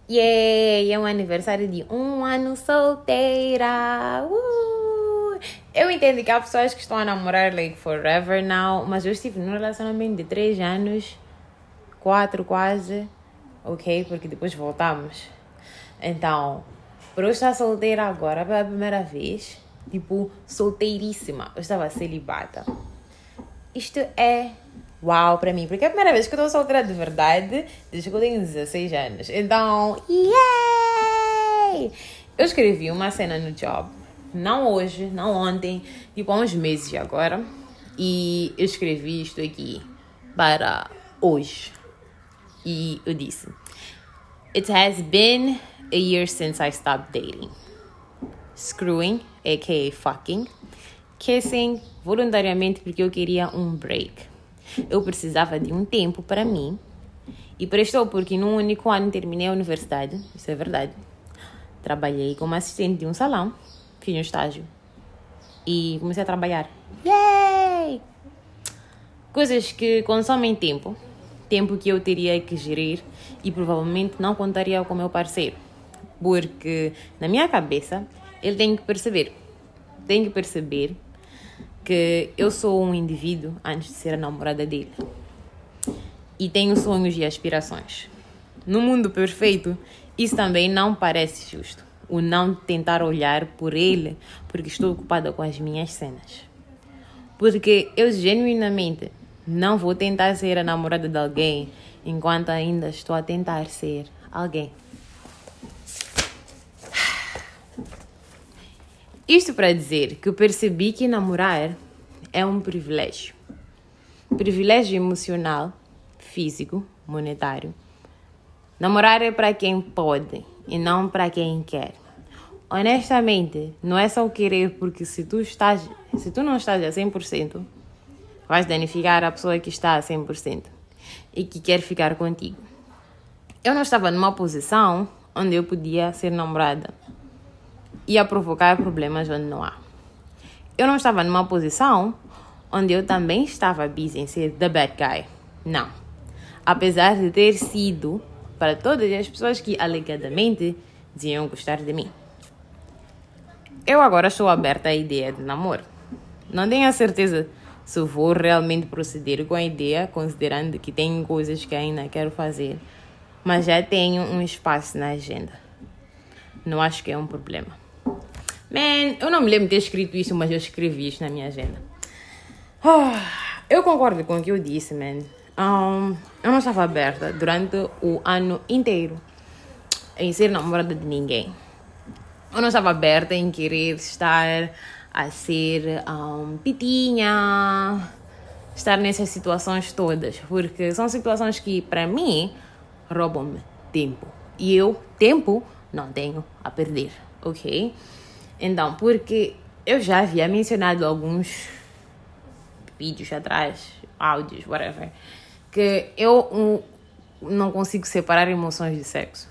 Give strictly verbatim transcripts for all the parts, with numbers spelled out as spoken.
Yay! É um aniversário de um ano solteira! Uh! Eu entendo que há pessoas que estão a namorar like forever now, mas eu estive num relacionamento de três anos, quatro quase, ok? Porque depois voltamos. Então, por eu estar solteira agora pela primeira vez, tipo, solteiríssima, eu estava celibata. Isto é uau para mim, porque é a primeira vez que eu estou solteira de verdade desde que eu tenho dezesseis anos. Então, yay! Eu escrevi uma cena no job, não hoje, não ontem, tipo há uns meses agora, e eu escrevi isto aqui para hoje. E eu disse: It has been a year since I stopped dating. Screwing, aka fucking. Kissing, voluntariamente porque eu queria um break. Eu precisava de um tempo para mim. E prestou porque num único ano terminei a universidade. Isso é verdade. Trabalhei como assistente de um salão. Fiz um estágio. E comecei a trabalhar. Yay! Coisas que consomem tempo. Tempo que eu teria que gerir. E provavelmente não contaria com o meu parceiro. Porque na minha cabeça, ele tem que perceber. Tem que perceber que eu sou um indivíduo antes de ser a namorada dele. E tenho sonhos e aspirações. No mundo perfeito, isso também não parece justo. O não tentar olhar por ele porque estou ocupada com as minhas cenas. Porque eu genuinamente não vou tentar ser a namorada de alguém enquanto ainda estou a tentar ser alguém. Isto para dizer que eu percebi que namorar é um privilégio. Privilégio emocional, físico, monetário. Namorar é para quem pode e não para quem quer. Honestamente, não é só querer porque se tu, estás, se tu não estás a cem por cento, vais danificar a pessoa que está a cem por cento e que quer ficar contigo. Eu não estava numa posição onde eu podia ser namorada. Ia provocar problemas onde não há. Eu não estava numa posição onde eu também estava busy em ser the bad guy. Não. Apesar de ter sido para todas as pessoas que alegadamente diziam gostar de mim. Eu agora estou aberta à ideia de namoro. Não tenho a certeza se vou realmente proceder com a ideia, considerando que tenho coisas que ainda quero fazer, mas já tenho um espaço na agenda. Não acho que é um problema. Man, eu não me lembro de ter escrito isso, mas eu escrevi isso na minha agenda. Oh, eu concordo com o que eu disse, man. Um, eu não estava aberta durante o ano inteiro em ser namorada de ninguém. Eu não estava aberta em querer estar a ser um, pitinha, estar nessas situações todas, porque são situações que, para mim, roubam-me tempo. E eu, tempo, não tenho a perder, ok? Então, porque eu já havia mencionado alguns vídeos atrás, áudios, whatever, que eu um, não consigo separar emoções de sexo,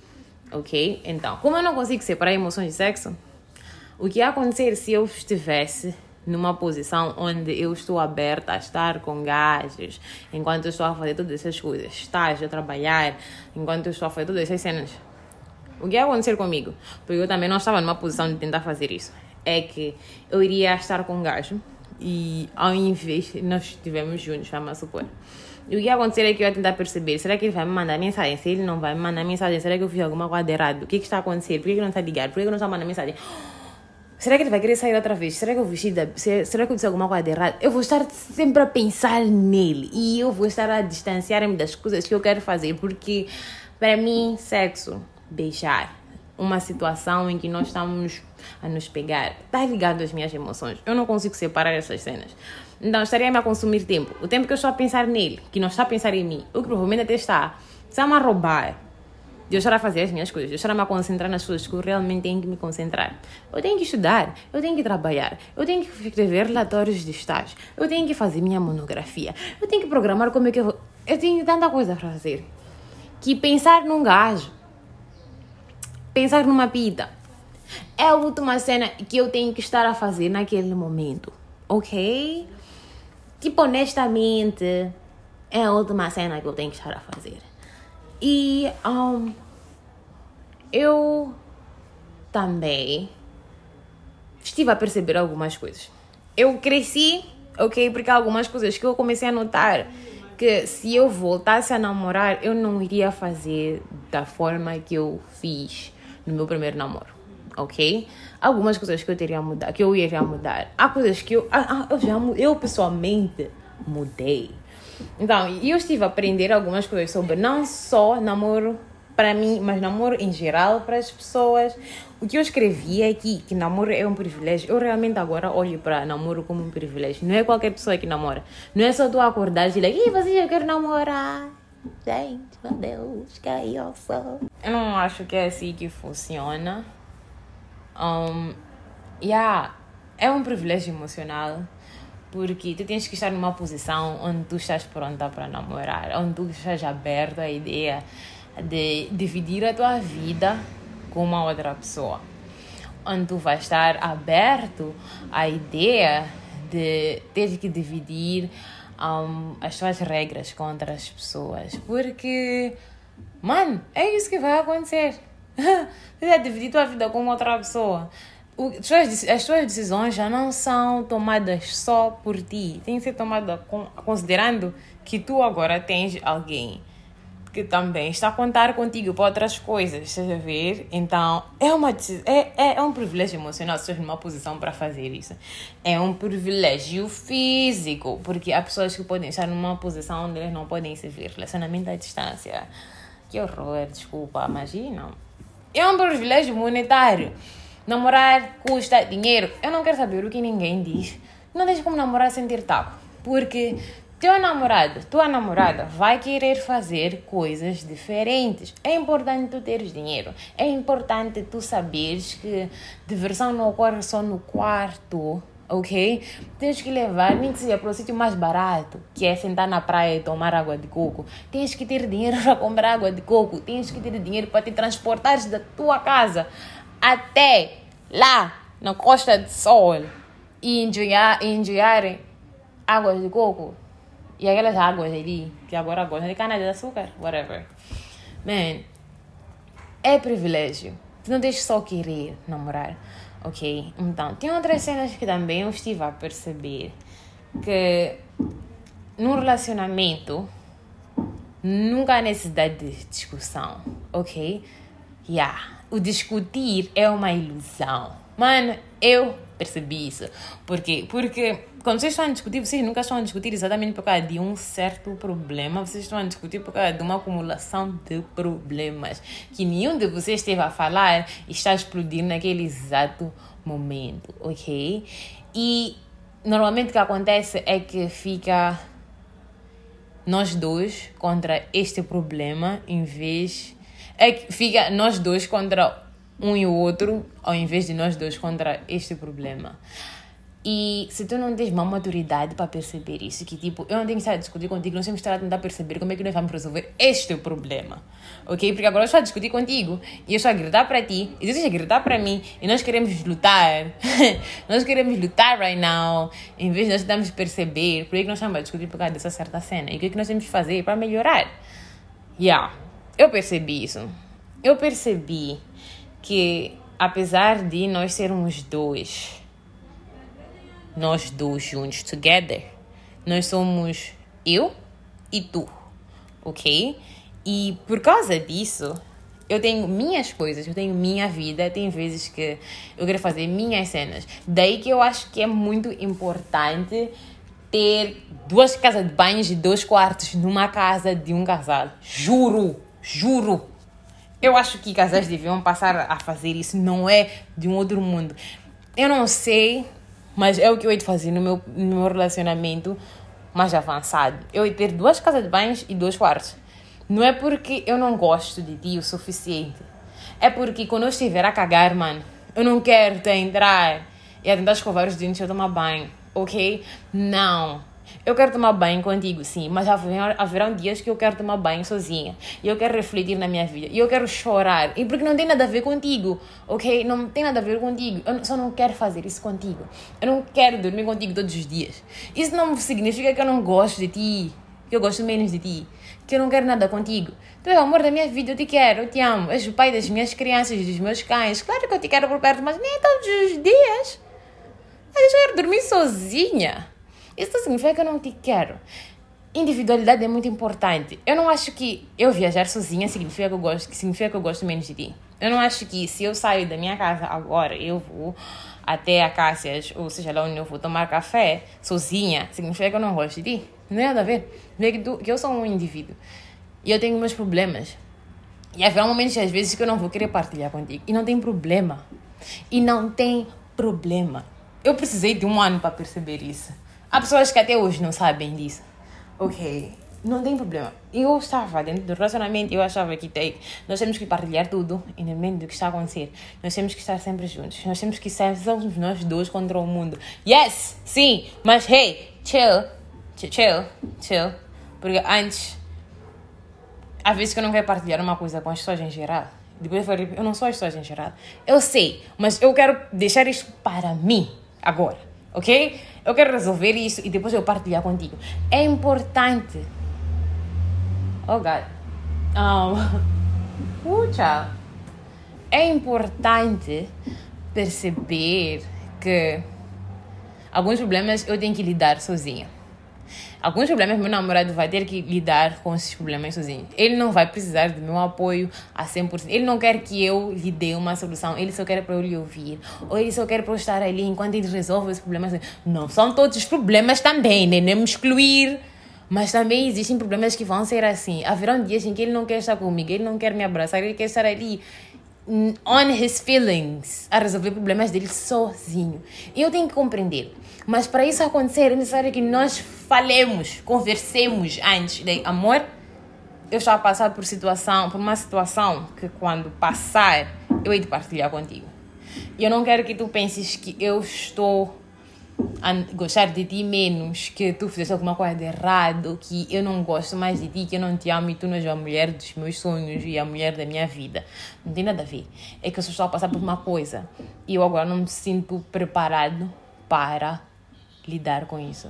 ok? Então, como eu não consigo separar emoções de sexo, o que ia acontecer se eu estivesse numa posição onde eu estou aberta a estar com gajos, enquanto eu estou a fazer todas essas coisas, estágio, a trabalhar, enquanto eu estou a fazer todas essas cenas, o que ia acontecer comigo? Porque eu também não estava numa posição de tentar fazer isso. É que eu iria estar com um gajo e ao invés de nós estivemos juntos, vamos supor. E o que ia acontecer é que eu ia tentar perceber, será que ele vai me mandar mensagem? Se ele não vai me mandar mensagem, será que eu fiz alguma coisa de errado? O que, que está acontecendo? Por que, que não está ligado? Por que, que não está mandando mensagem? Será que ele vai querer sair outra vez? Será que eu vesti da... Será que eu disse alguma coisa de errado? Eu vou estar sempre a pensar nele e eu vou estar a distanciar-me das coisas que eu quero fazer, porque para mim, sexo, beijar, uma situação em que nós estamos a nos pegar, está ligado às minhas emoções. Eu não consigo separar essas cenas. Então, estaria-me a consumir tempo. O tempo que eu estou a pensar nele, que não está a pensar em mim, o que provavelmente até está, está-me a roubar de eu estar a fazer as minhas coisas, de eu estar a me concentrar nas coisas que eu realmente tenho que me concentrar. Eu tenho que estudar, eu tenho que trabalhar, eu tenho que escrever relatórios de estágio, eu tenho que fazer minha monografia, eu tenho que programar como é que eu vou... Eu tenho tanta coisa para fazer. Que pensar num gajo, pensar numa pita, é a última cena que eu tenho que estar a fazer naquele momento, ok? Tipo, honestamente, é a última cena que eu tenho que estar a fazer. E um, eu também estive a perceber algumas coisas. Eu cresci, ok? Porque há algumas coisas que eu comecei a notar que se eu voltasse a namorar, eu não iria fazer da forma que eu fiz no meu primeiro namoro, ok? Algumas coisas que eu teria mudar, que eu iria mudar. Há coisas que eu, ah, eu já eu pessoalmente mudei. Então, eu estive a aprender algumas coisas sobre não só namoro para mim, mas namoro em geral para as pessoas. O que eu escrevi aqui, que namoro é um privilégio, eu realmente agora olho para namoro como um privilégio. Não é qualquer pessoa que namora. Não é só tu acordar e dizer, e você já quer namorar? Gente, meu Deus, que aí eu sou. Eu não acho que é assim que funciona. Um, yeah, é um privilégio emocional. Porque tu tens que estar numa posição onde tu estás pronta para namorar, onde tu estás aberto à ideia de dividir a tua vida com uma outra pessoa, onde tu vais estar aberto à ideia de ter que dividir um, as tuas regras com outras pessoas, porque, mano, é isso que vai acontecer. Tu vai dividir tua vida com outra pessoa. O, as tuas decisões já não são tomadas só por ti, tem que ser tomada com, considerando que tu agora tens alguém que também está a contar contigo para outras coisas, estás a ver? Então, é, uma, é, é, é um privilégio emocional se estás numa posição para fazer isso. É um privilégio físico, porque há pessoas que podem estar numa posição onde eles não podem se ver. Relacionamento à distância. Que horror, desculpa, imagina. É um privilégio monetário. Namorar custa dinheiro. Eu não quero saber o que ninguém diz. Não deixa como namorar sem ter taco. Porque teu namorado, tua namorada vai querer fazer coisas diferentes. É importante tu teres dinheiro. É importante tu saberes que diversão não ocorre só no quarto, ok? Tens que levar, nem que seja para o sítio mais barato, que é sentar na praia e tomar água de coco. Tens que ter dinheiro para comprar água de coco. Tens que ter dinheiro para te transportares da tua casa até lá, na Costa do Sol, e enjoyar, enjoyar águas de coco. E aquelas águas ali, que agora gostam de cana de açúcar, whatever. Man, é privilégio. Tu não deixes só querer namorar, ok? Então, tem outras cenas que também eu estive a perceber. Que num relacionamento, nunca há necessidade de discussão, ok? Yeah. O discutir é uma ilusão. Mano, eu percebi isso. Por quê? Porque quando vocês estão a discutir, vocês nunca estão a discutir exatamente por causa de um certo problema. Vocês estão a discutir por causa de uma acumulação de problemas que nenhum de vocês esteve a falar e está a explodir naquele exato momento, ok? E normalmente o que acontece é que fica nós dois contra este problema em vez... É que fica nós dois contra um e o outro, ao invés de nós dois contra este problema. E se tu não tens uma maturidade para perceber isso, que tipo, eu não tenho que estar a discutir contigo, nós temos que estar a tentar perceber como é que nós vamos resolver este problema, ok? Porque agora eu estou a discutir contigo e eu estou a gritar para ti e tu estás a gritar para mim e nós queremos lutar. Nós queremos lutar right now, em vez de nós tentarmos perceber por que nós estamos a discutir por causa dessa certa cena e o que, é que nós temos que fazer para melhorar. Yeah, eu percebi isso. Eu percebi que apesar de nós sermos dois, nós dois juntos, together, nós somos eu e tu, ok? E por causa disso, eu tenho minhas coisas, eu tenho minha vida, tem vezes que eu quero fazer minhas cenas. Daí que eu acho que é muito importante ter duas casas de banhos e dois quartos numa casa de um casal. Juro, juro. Eu acho que casais deviam passar a fazer isso, não é de um outro mundo. Eu não sei, mas é o que eu hei de fazer no meu, no meu relacionamento mais avançado. Eu hei de ter duas casas de banhos e dois quartos. Não é porque eu não gosto de ti o suficiente. É porque quando eu estiver a cagar, mano, eu não quero te entrar e a tentar escovar os dentes e eu tomar banho, ok? Não. Eu quero tomar banho contigo, sim, mas haverão dias que eu quero tomar banho sozinha. E eu quero refletir na minha vida. E eu quero chorar. E porque não tem nada a ver contigo, ok? Não tem nada a ver contigo. Eu só não quero fazer isso contigo. Eu não quero dormir contigo todos os dias. Isso não significa que eu não gosto de ti. Que eu gosto menos de ti. que eu não quero nada contigo. Tu és o amor da minha vida, eu te quero, eu te amo. És o pai das minhas crianças, dos meus cães. Claro que eu te quero por perto, mas nem todos os dias. Eu quero dormir sozinha. Isso não significa que eu não te quero. Individualidade é muito importante. Eu não acho que eu viajar sozinha significa que eu gosto, que significa que eu gosto menos de ti. Eu não acho que se eu saio da minha casa agora, eu vou até a Cássias, ou seja lá onde eu vou tomar café, sozinha, significa que eu não gosto de ti. Não tem nada a ver. Não é que, tu, que eu sou um indivíduo. E eu tenho meus problemas. E haverá momentos, às vezes, que eu não vou querer partilhar contigo. E não tem problema. E não tem problema. Eu precisei de um ano para perceber isso. Há pessoas que até hoje não sabem disso. Ok, não tem problema. Eu estava dentro do relacionamento, eu achava que tem, nós temos que partilhar tudo, independente do que está a acontecer. Nós temos que estar sempre juntos. Nós temos que estar, somos nós dois contra o mundo. Yes, sim, mas hey, chill, chill, chill, chill. Porque antes, às vezes que eu não quero partilhar uma coisa com as pessoas em geral. Depois eu falei, eu não sou as pessoas em geral. Eu sei, mas eu quero deixar isso para mim agora, ok? Eu quero resolver isso e depois eu partilhar contigo. É importante. Oh, God. Um, uh, tchau. É importante perceber que alguns problemas eu tenho que lidar sozinha. Alguns problemas meu namorado vai ter que lidar com esses problemas sozinho. Ele não vai precisar do meu apoio a cem por cento. Ele não quer que eu lhe dê uma solução. Ele só quer para eu lhe ouvir. Ou ele só quer para eu estar ali enquanto ele resolve os problemas. Não são todos os problemas também, né? Nem me excluir. Mas também existem problemas que vão ser assim. Haverão dias em que ele não quer estar comigo. Ele não quer me abraçar. Ele quer estar ali on his feelings, a resolver problemas dele sozinho. E eu tenho que compreender. Mas para isso acontecer, é necessário que nós falemos, conversemos antes. De amor, eu estou a passar por, situação, por uma situação que quando passar, eu hei de partilhar contigo. E eu não quero que tu penses que eu estou a gostar de ti menos, que tu fizeste alguma coisa de errado, que eu não gosto mais de ti, que eu não te amo e tu não és a mulher dos meus sonhos e a mulher da minha vida. Não tem nada a ver. É que eu só estou a passar por uma coisa e eu agora não me sinto preparado para lidar com isso.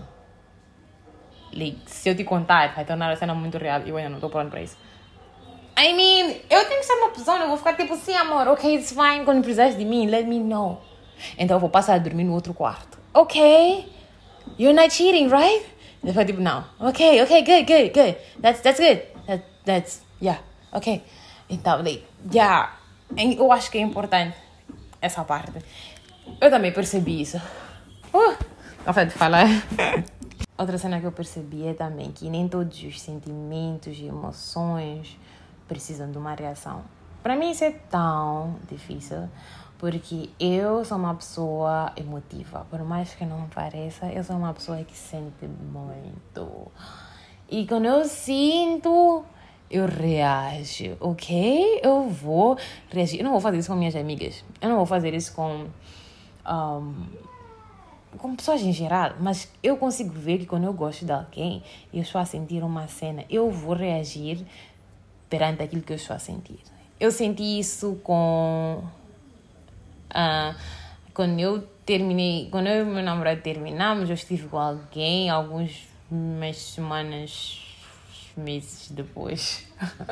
Like, se eu te contar, vai tornar a cena muito real e eu ainda não estou pronto para isso. I mean, eu tenho que ser uma pessoa, eu vou ficar tipo assim, amor, ok, it's fine, quando precisares de mim, let me know. Então eu vou passar a dormir no outro quarto. Ok, you're not cheating, right? Depois tipo, não. Ok, ok, good, good, good. That's, that's good. That, that's, yeah, ok. Então, like, yeah, eu acho que é importante essa parte. Eu também percebi isso. Uh, não de falar. Outra cena que eu percebi é também que nem todos os sentimentos e emoções precisam de uma reação. Para mim isso é tão difícil, porque eu sou uma pessoa emotiva. Por mais que não pareça, eu sou uma pessoa que sente muito. E quando eu sinto, eu reajo, ok? Eu vou reagir. Eu não vou fazer isso com minhas amigas. Eu não vou fazer isso com... Um, com pessoas em geral, mas eu consigo ver que quando eu gosto de alguém e eu estou a sentir uma cena, eu vou reagir perante aquilo que eu estou a sentir. Eu senti isso com... Uh, quando eu terminei, quando eu e meu namorado terminamos, eu estive com alguém alguns umas semanas, meses depois.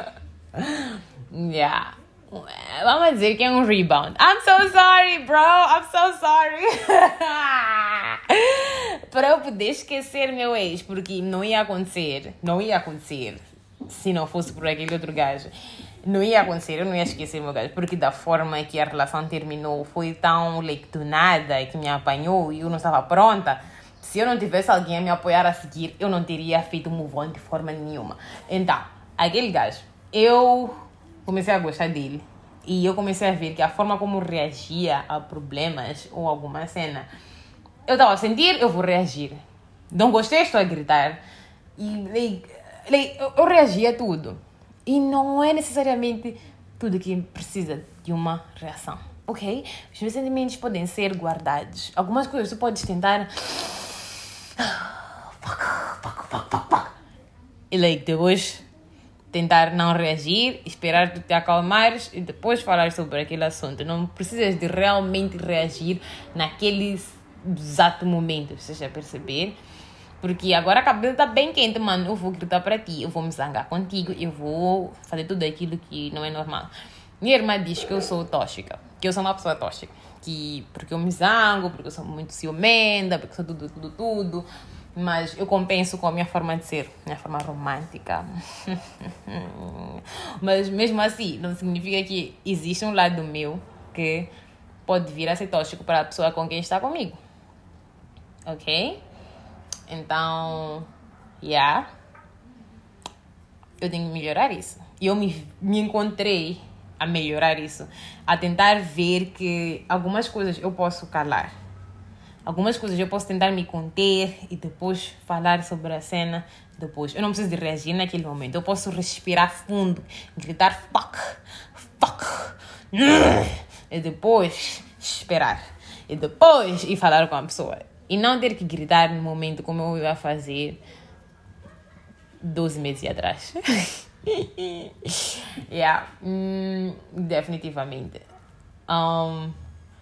Yeah. Vamos dizer que é um rebound. I'm so sorry, bro. I'm so sorry. Para eu poder esquecer meu ex, porque não ia acontecer. Não ia acontecer se não fosse por aquele outro gajo. Não ia acontecer, eu não ia esquecer meu gajo. Porque da forma que a relação terminou foi tão like, do nada que me apanhou e eu não estava pronta. Se eu não tivesse alguém a me apoiar a seguir, eu não teria feito move on de forma nenhuma. Então, aquele gajo, eu comecei a gostar dele. E eu comecei a ver que a forma como reagia a problemas ou alguma cena, eu estava a sentir, eu vou reagir. Não gostei, estou a gritar. E like, like, eu, eu reagia a tudo. E não é necessariamente tudo que precisa de uma reação, ok? Os meus sentimentos podem ser guardados. Algumas coisas tu podes tentar... Fuck, fuck, fuck, fuck, fuck. E like, depois tentar não reagir, esperar tu te acalmares e depois falar sobre aquele assunto. Não precisas de realmente reagir naquele exato momento, vocês já perceber. Porque agora a cabeça tá bem quente, mano. Eu vou gritar para ti, eu vou me zangar contigo, eu vou fazer tudo aquilo que não é normal. Minha irmã diz que eu sou tóxica, que eu sou uma pessoa tóxica. Que porque eu me zango, porque eu sou muito ciumenta, porque eu sou tudo, tudo, tudo. Mas eu compenso com a minha forma de ser, minha forma romântica. Mas mesmo assim, não significa que existe um lado meu que pode vir a ser tóxico para a pessoa com quem está comigo. Ok? Então, yeah. Eu tenho que melhorar isso. E eu me, me encontrei a melhorar isso. A tentar ver que algumas coisas eu posso calar. Algumas coisas eu posso tentar me conter e depois falar sobre a cena depois. Eu não preciso de reagir naquele momento. Eu posso respirar fundo, gritar fuck, fuck, e depois esperar. E depois ir falar com a pessoa. E não ter que gritar no momento como eu ia fazer doze meses atrás. Yeah, mm, definitivamente. Um,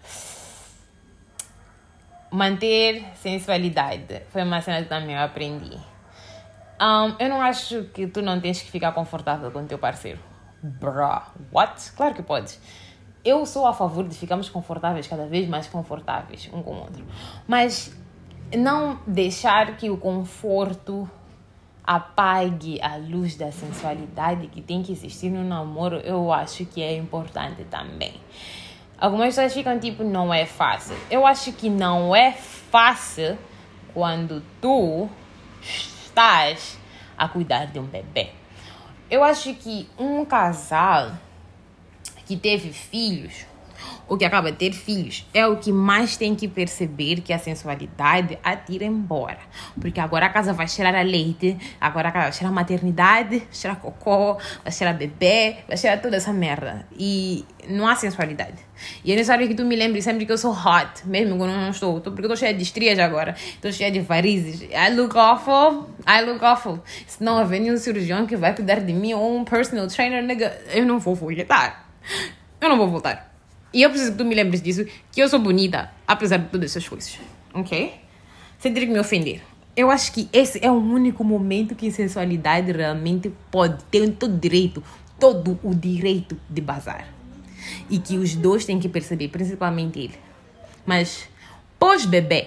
manter sensualidade foi uma cena que também eu aprendi. Um, eu não acho que tu não tens que ficar confortável com o teu parceiro. Bruh, what? Claro que podes. Eu sou a favor de ficarmos confortáveis, cada vez mais confortáveis um com o outro. Mas não deixar que o conforto apague a luz da sensualidade que tem que existir no namoro, eu acho que é importante também. Algumas pessoas ficam tipo, não é fácil. Eu acho que não é fácil quando tu estás a cuidar de um bebê. Eu acho que um casal que teve filhos, ou que acaba de ter filhos, é o que mais tem que perceber que a sensualidade atira embora. Porque agora a casa vai cheirar a leite, agora a casa vai cheirar a maternidade, vai cheirar cocô, vai cheirar bebê, vai cheirar toda essa merda. E não há sensualidade. E é necessário que tu me lembre sempre que eu sou hot, mesmo quando eu não estou. Porque eu estou cheia de estrias agora, estou cheia de varizes. I look awful, I look awful. Se não haver nenhum cirurgião que vai cuidar de mim, ou um personal trainer, nigga, eu não vou voltar. Eu não vou voltar. E eu preciso que tu me lembres disso, que eu sou bonita, apesar de todas essas coisas. Ok? Sem ter que me ofender. Eu acho que esse é o único momento que a sensualidade realmente pode ter todo o direito, todo o direito de bazar. E que os dois têm que perceber, principalmente ele. Mas pós-bebê,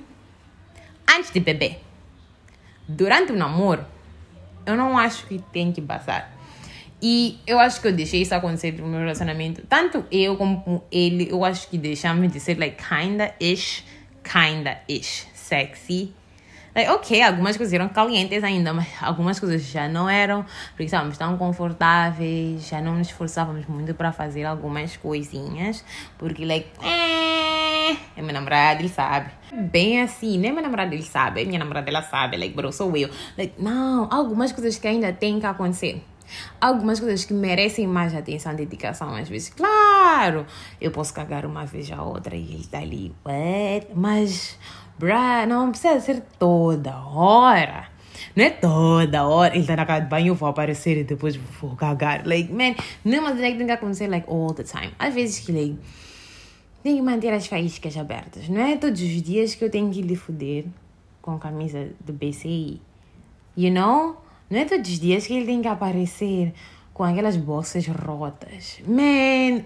antes de bebê, durante o namoro, eu não acho que tem que bazar. E eu acho que eu deixei isso acontecer no meu relacionamento. Tanto eu como ele, eu acho que deixamos de ser like kinda-ish, kinda-ish sexy. Like, ok, algumas coisas eram calientes ainda, mas algumas coisas já não eram, porque estávamos tão confortáveis, já não nos esforçávamos muito para fazer algumas coisinhas, porque like, eh, é meu namorado, ele sabe. Bem assim, nem meu namorado ele sabe, é minha namorada ela sabe, like, bro, sou eu. Like, não, algumas coisas que ainda têm que acontecer. Algumas coisas que merecem mais atenção e dedicação às vezes. Claro, eu posso cagar uma vez a outra e ele tá ali, what? Mas, bruh, não precisa ser toda hora. Não é toda hora. Ele tá na casa de banho, eu vou aparecer e depois vou cagar. Like, man, não é uma coisa que tem que acontecer like all the time. Às vezes que, like, tem que manter as faíscas abertas. Não é todos os dias que eu tenho que lhe foder com camisa do B C I. You know? Não é todos os dias que ele tem que aparecer com aquelas bolsas rotas. Man,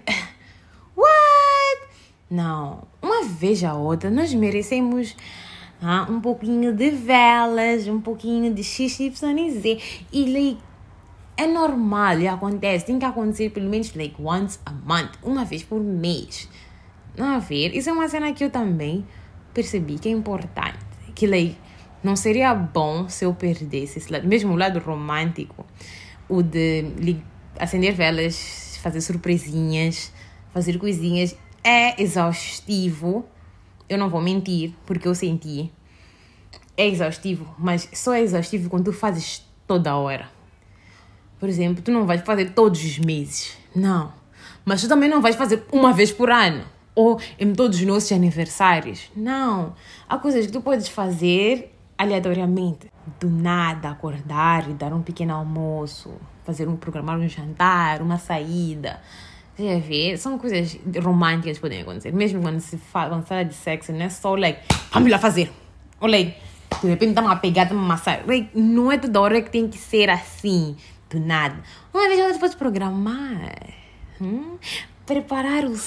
what? Não, uma vez a outra nós merecemos ah, um pouquinho de velas, um pouquinho de X Y Z. E like, é normal e acontece. Tem que acontecer pelo menos like once a month, uma vez por mês. Não a ver? Isso é uma cena que eu também percebi que é importante. Que like, não seria bom se eu perdesse esse lado, mesmo o lado romântico, o de acender velas, fazer surpresinhas, fazer coisinhas, é exaustivo. Eu não vou mentir, porque eu senti. É exaustivo, mas só é exaustivo quando tu fazes toda hora. Por exemplo, tu não vais fazer todos os meses, não. Mas tu também não vais fazer uma vez por ano, ou em todos os nossos aniversários, não. Há coisas que tu podes fazer aleatoriamente, do nada, acordar e dar um pequeno almoço, fazer um, programar um jantar, uma saída. Você vê, são coisas românticas que podem acontecer. Mesmo quando se fala, quando fala de sexo, não é só like, vamos lá fazer. Ou like, De repente dá uma pegada, uma massagem. Não é toda hora que tem que ser assim, do nada. Uma vez você pode programar. Hum? Preparar o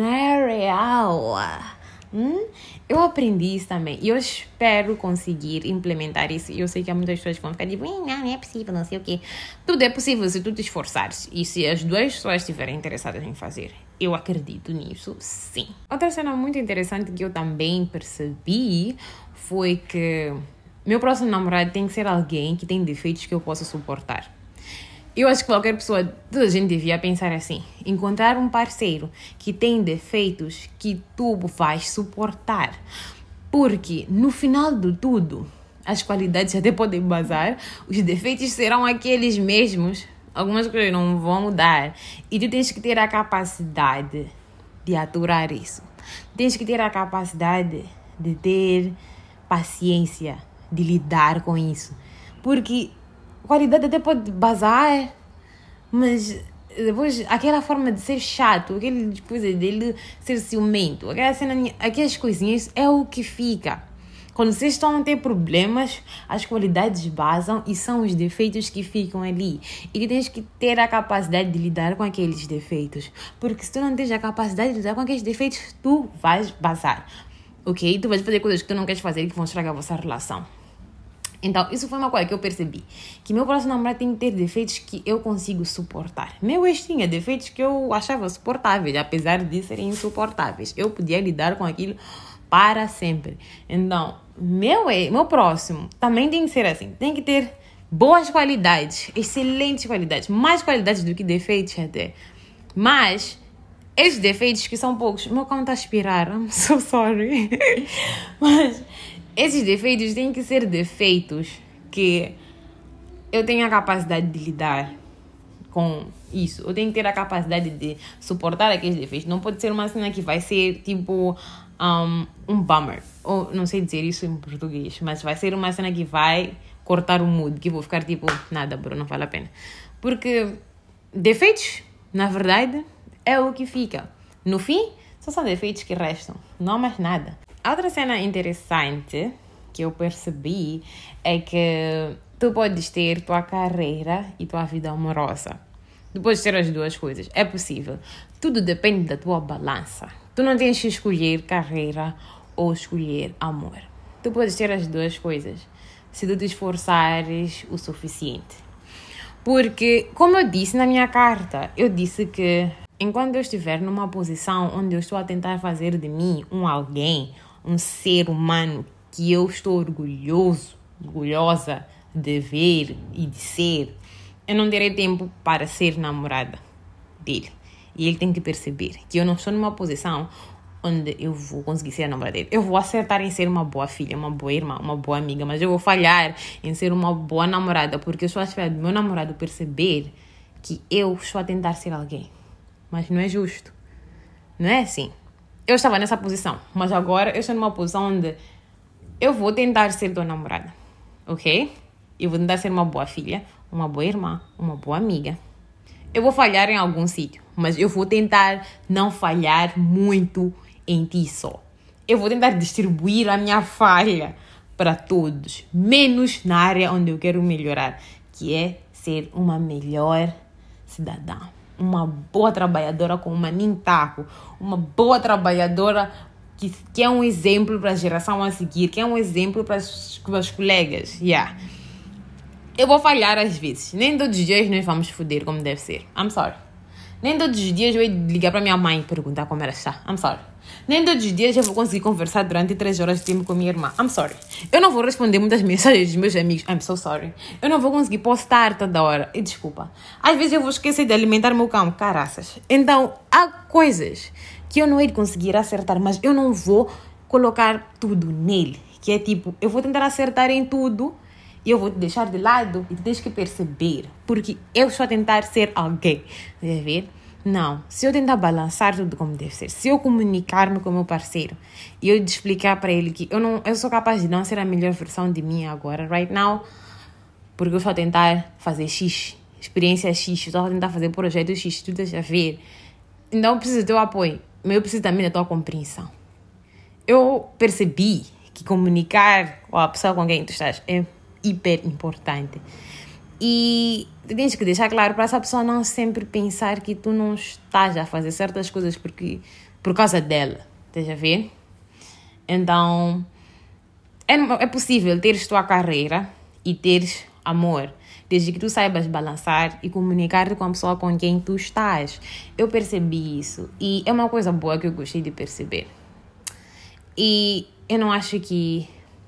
cenário. Hum? Eu aprendi isso também. E eu espero conseguir implementar isso. E eu sei que há muitas pessoas que vão ficar tipo, não, não é possível, não sei o quê. Tudo é possível se tu te esforçares. E se as duas pessoas estiverem interessadas em fazer. Eu acredito nisso, sim. Outra cena muito interessante que eu também percebi foi que meu próximo namorado tem que ser alguém que tem defeitos que eu possa suportar. Eu acho que qualquer pessoa, toda a gente devia pensar assim. Encontrar um parceiro que tem defeitos que tu vais suportar. Porque, no final de tudo, as qualidades até podem bazar, os defeitos serão aqueles mesmos. Algumas coisas não vão mudar. E tu tens que ter a capacidade de aturar isso. Tens que ter a capacidade de ter paciência, de lidar com isso. Porque qualidade até pode bazar, mas depois aquela forma de ser chato, aquele coisa dele ser ciumento, aquela cena, aquelas coisinhas é o que fica. Quando vocês estão a ter problemas, as qualidades basam e são os defeitos que ficam ali. E tu tens que ter a capacidade de lidar com aqueles defeitos. Porque se tu não tens a capacidade de lidar com aqueles defeitos, tu vais bazar. Ok? Tu vais fazer coisas que tu não queres fazer e que vão estragar a vossa relação. Então, isso foi uma coisa que eu percebi. Que meu próximo namorado tem que ter defeitos que eu consigo suportar. Meu ex tinha defeitos que eu achava suportáveis, apesar de serem insuportáveis. Eu podia lidar com aquilo para sempre. Então, meu ex, meu próximo também tem que ser assim. Tem que ter boas qualidades, excelentes qualidades. Mais qualidades do que defeitos até. Mas esses defeitos que são poucos. Meu cão está a aspirar. I'm so sorry. Mas esses defeitos têm que ser defeitos que eu tenho a capacidade de lidar com isso. Eu tenho que ter a capacidade de suportar aqueles defeitos. Não pode ser uma cena que vai ser tipo um, um bummer. Ou não sei dizer isso em português, mas vai ser uma cena que vai cortar o mood, que eu vou ficar tipo, nada, bro, não vale a pena. Porque defeitos, na verdade, é o que fica. No fim, só são defeitos que restam, não mais nada. Outra cena interessante que eu percebi é que tu podes ter tua carreira e tua vida amorosa. Tu podes ter as duas coisas. É possível. Tudo depende da tua balança. Tu não tens que escolher carreira ou escolher amor. Tu podes ter as duas coisas se tu te esforçares o suficiente. Porque, como eu disse na minha carta, eu disse que enquanto eu estiver numa posição onde eu estou a tentar fazer de mim um alguém, um ser humano que eu estou orgulhoso, orgulhosa de ver e de ser, eu não terei tempo para ser namorada dele. E ele tem que perceber que eu não estou numa posição onde eu vou conseguir ser a namorada dele. Eu vou acertar em ser uma boa filha, uma boa irmã, uma boa amiga, mas eu vou falhar em ser uma boa namorada, porque eu estou à espera do meu namorado perceber que eu estou a tentar ser alguém. Mas não é justo. Não é assim. Eu estava nessa posição, mas agora eu estou numa posição onde eu vou tentar ser tua namorada, ok? Eu vou tentar ser uma boa filha, uma boa irmã, uma boa amiga. Eu vou falhar em algum sítio, mas eu vou tentar não falhar muito em ti só. Eu vou tentar distribuir a minha falha para todos, menos na área onde eu quero melhorar, que é ser uma melhor cidadã. Uma boa trabalhadora com uma nintaco, uma boa trabalhadora que, que é um exemplo para a geração a seguir, que é um exemplo para os colegas. Yeah. Eu vou falhar às vezes. Nem todos os dias nós vamos foder como deve ser. I'm sorry. Nem todos os dias eu vou ligar para minha mãe e perguntar como ela está. I'm sorry. Nem todos os dias eu vou conseguir conversar durante três horas de tempo com minha irmã. I'm sorry. Eu não vou responder muitas mensagens dos meus amigos. I'm so sorry. Eu não vou conseguir postar toda hora. E desculpa. Às vezes eu vou esquecer de alimentar meu cão. Caraças. Então, há coisas que eu não hei de conseguir acertar, mas eu não vou colocar tudo nele. Que é tipo, eu vou tentar acertar em tudo e eu vou te deixar de lado e tu tens que perceber. Porque eu estou a tentar ser alguém. Deve ver? Não. Se eu tentar balançar tudo como deve ser, se eu comunicar-me com o meu parceiro e eu te explicar para ele que eu, não, eu sou capaz de não ser a melhor versão de mim agora, right now, porque eu estou a tentar fazer X, experiência X, eu estou a tentar fazer projeto X, tu deixa ver. Então eu preciso do teu apoio, mas eu preciso também da tua compreensão. Eu percebi que comunicar com a pessoa com quem tu estás é hiper importante. E tu tens que deixar claro para essa pessoa não sempre pensar que tu não estás a fazer certas coisas porque, por causa dela. Estás a ver? Então, é, é possível teres tua carreira e teres amor, desde que tu saibas balançar e comunicar com a pessoa com quem tu estás. Eu percebi isso e é uma coisa boa que eu gostei de perceber. E eu não acho que,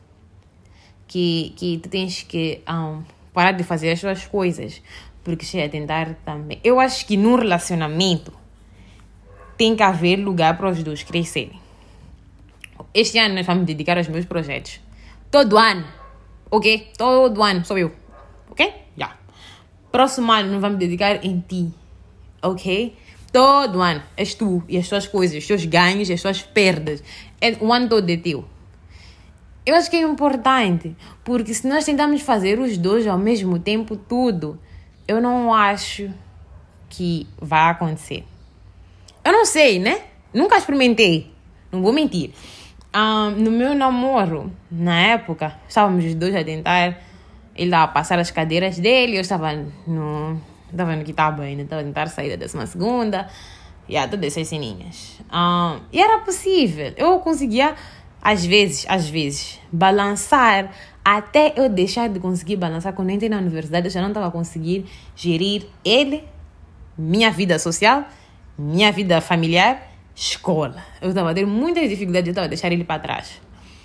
que, que tu tens que um, parar de fazer as tuas coisas porque cheia a tentar também. Eu acho que num relacionamento tem que haver lugar para os dois crescerem. Este ano nós vamos dedicar aos meus projetos. Todo ano. Ok? Todo ano sou eu. Ok? Já. Yeah. Próximo ano nós vamos dedicar em ti. Ok? Todo ano. És tu e as tuas coisas, os teus ganhos e as tuas perdas. É o ano todo é teu. Eu acho que é importante. Porque se nós tentarmos fazer os dois ao mesmo tempo, tudo, eu não acho que vai acontecer. Eu não sei, né? Nunca experimentei. Não vou mentir. Um, no meu namoro, na época, estávamos os dois a tentar. Ele estava a passar as cadeiras dele, eu estava no, estava no Quitaba ainda, estava a tentar sair da décima segunda, e yeah, todas essas ceninhas. Um, e era possível, eu conseguia, às vezes, às vezes, balançar, até eu deixar de conseguir balançar. Quando eu entrei na universidade, eu já não estava a conseguir gerir ele, minha vida social, minha vida familiar, escola. Eu estava a ter muitas dificuldades, eu estava a deixar ele para trás.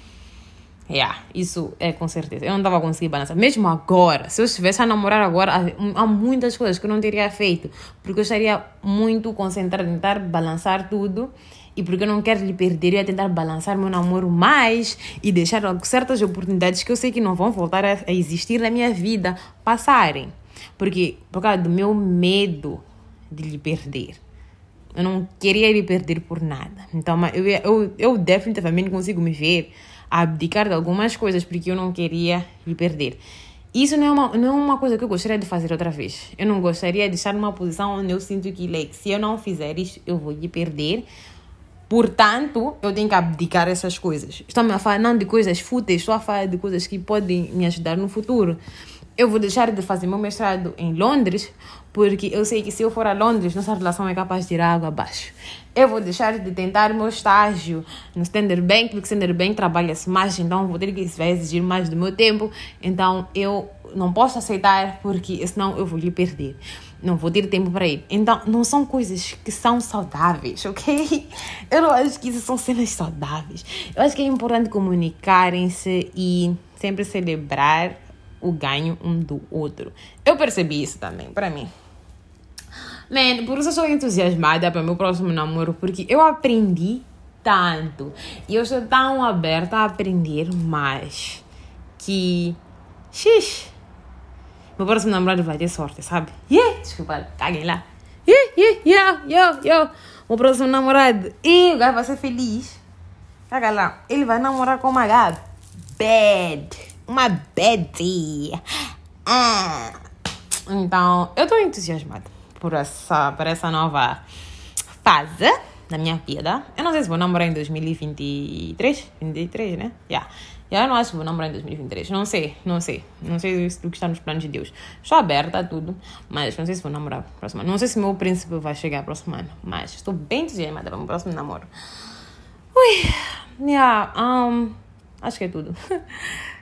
Yeah, isso é com certeza. Eu não estava a conseguir balançar. Mesmo agora, se eu estivesse a namorar agora, há muitas coisas que eu não teria feito. Porque eu estaria muito concentrada em tentar balançar tudo. E porque eu não quero lhe perder, eu ia tentar balançar meu namoro mais e deixar certas oportunidades que eu sei que não vão voltar a, a existir na minha vida passarem. Porque, por causa do meu medo de lhe perder. Eu não queria lhe perder por nada. Então, eu, eu, eu definitivamente consigo me ver a abdicar de algumas coisas porque eu não queria lhe perder. Isso não é, uma, não é uma coisa que eu gostaria de fazer outra vez. Eu não gostaria de estar numa posição onde eu sinto que, like, se eu não fizer isso, eu vou lhe perder. Portanto, eu tenho que abdicar essas coisas. Estou-me a falar não de coisas fúteis, estou a falar de coisas que podem me ajudar no futuro. Eu vou deixar de fazer meu mestrado em Londres, porque eu sei que se eu for a Londres, nossa relação é capaz de ir água abaixo. Eu vou deixar de tentar meu estágio no Standard Bank, porque Standard Bank trabalha-se mais, então vou ter que isso vai exigir mais do meu tempo. Então, eu não posso aceitar, porque senão eu vou lhe perder. Não vou ter tempo para ir. Então, não são coisas que são saudáveis, ok? Eu não acho que isso são cenas saudáveis. Eu acho que é importante comunicarem-se e sempre celebrar o ganho um do outro. Eu percebi isso também, para mim. Man, por isso eu sou entusiasmada para o meu próximo namoro, porque eu aprendi tanto. E eu estou tão aberta a aprender mais. Que... Xixi. Meu próximo namorado vai ter sorte, sabe? Yeah, desculpa, caguem lá. Yeah, yeah, yeah, yeah, yeah. Meu próximo namorado. E o gajo vai ser feliz. Caga lá. Ele vai namorar com uma gata bad. Uma bad. Ah. Então, eu estou entusiasmada por essa, por essa nova fase da minha vida. Eu não sei se vou namorar em dois mil e vinte e três. vinte e três, né? Yeah. Eu não acho que vou namorar em dois mil e vinte e três. Não sei, não sei. Não sei o que está nos planos de Deus. Estou aberta a tudo, mas não sei se vou namorar próximo ano. Não sei se meu príncipe vai chegar próximo ano, mas estou bem entusiasmada para o meu próximo namoro. Ui, yeah, um, acho que é tudo.